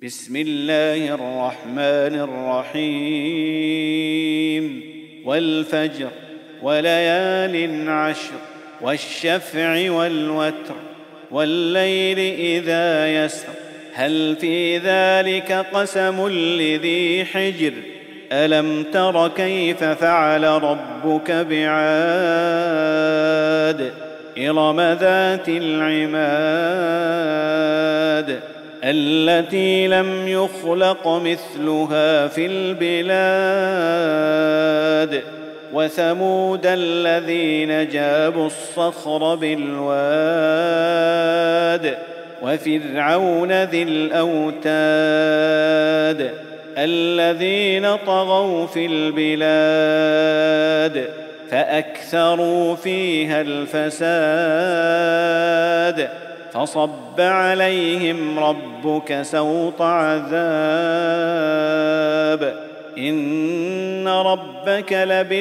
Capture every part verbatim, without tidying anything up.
بسم الله الرحمن الرحيم والفجر وليال عشر والشفع والوتر والليل إذا يسر هل في ذلك قسم لذي حجر ألم تر كيف فعل ربك بعاد إرم ذات العماد التي لم يخلق مثلها في البلاد وثمود الذين جابوا الصخر بالواد وفرعون ذي الأوتاد الذين طغوا في البلاد فأكثروا فيها الفساد فصب عليهم ربك سوط عذاب إن ربك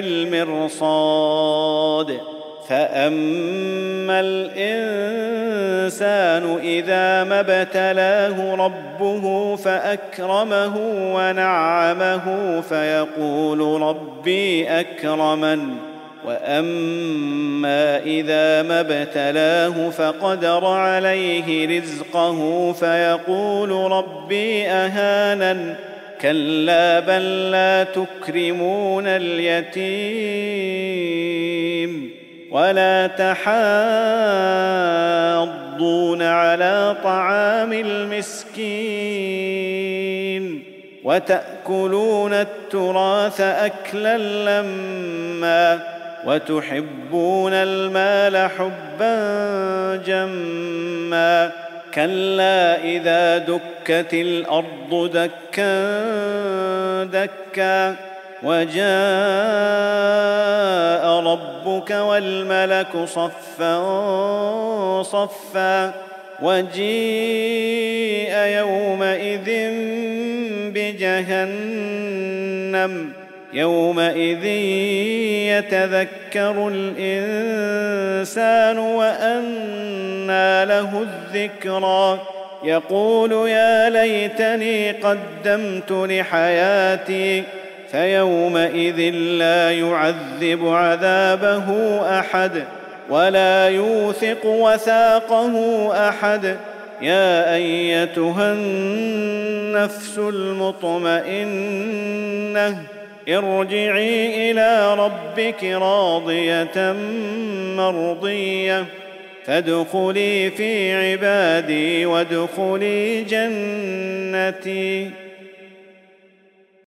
لبالمرصاد فأما الإنسان إذا ما ابتلاه ربه فأكرمه ونعمه فيقول ربي أكرمن وأما إذا ما ابتلاه فقدر عليه رزقه فيقول ربي أهانن كلا بل لا تكرمون اليتيم ولا تحاضون على طعام المسكين وتأكلون التراث أكلا لما وتحبون المال حبا جما كلا إذا دكت الأرض دكا دكا وجاء ربك والملك صفا صفا وجيء يومئذ بجهنم يومئذ يتذكر الإنسان وأنى له الذكرى يقول يا ليتني قدمت لحياتي فيومئذ لا يعذب عذابه أحد ولا يوثق وثاقه أحد يا أيتها النفس المطمئنة ارجعي إلى ربك راضية مرضية فادخلي في عبادي وادخلي جنتي.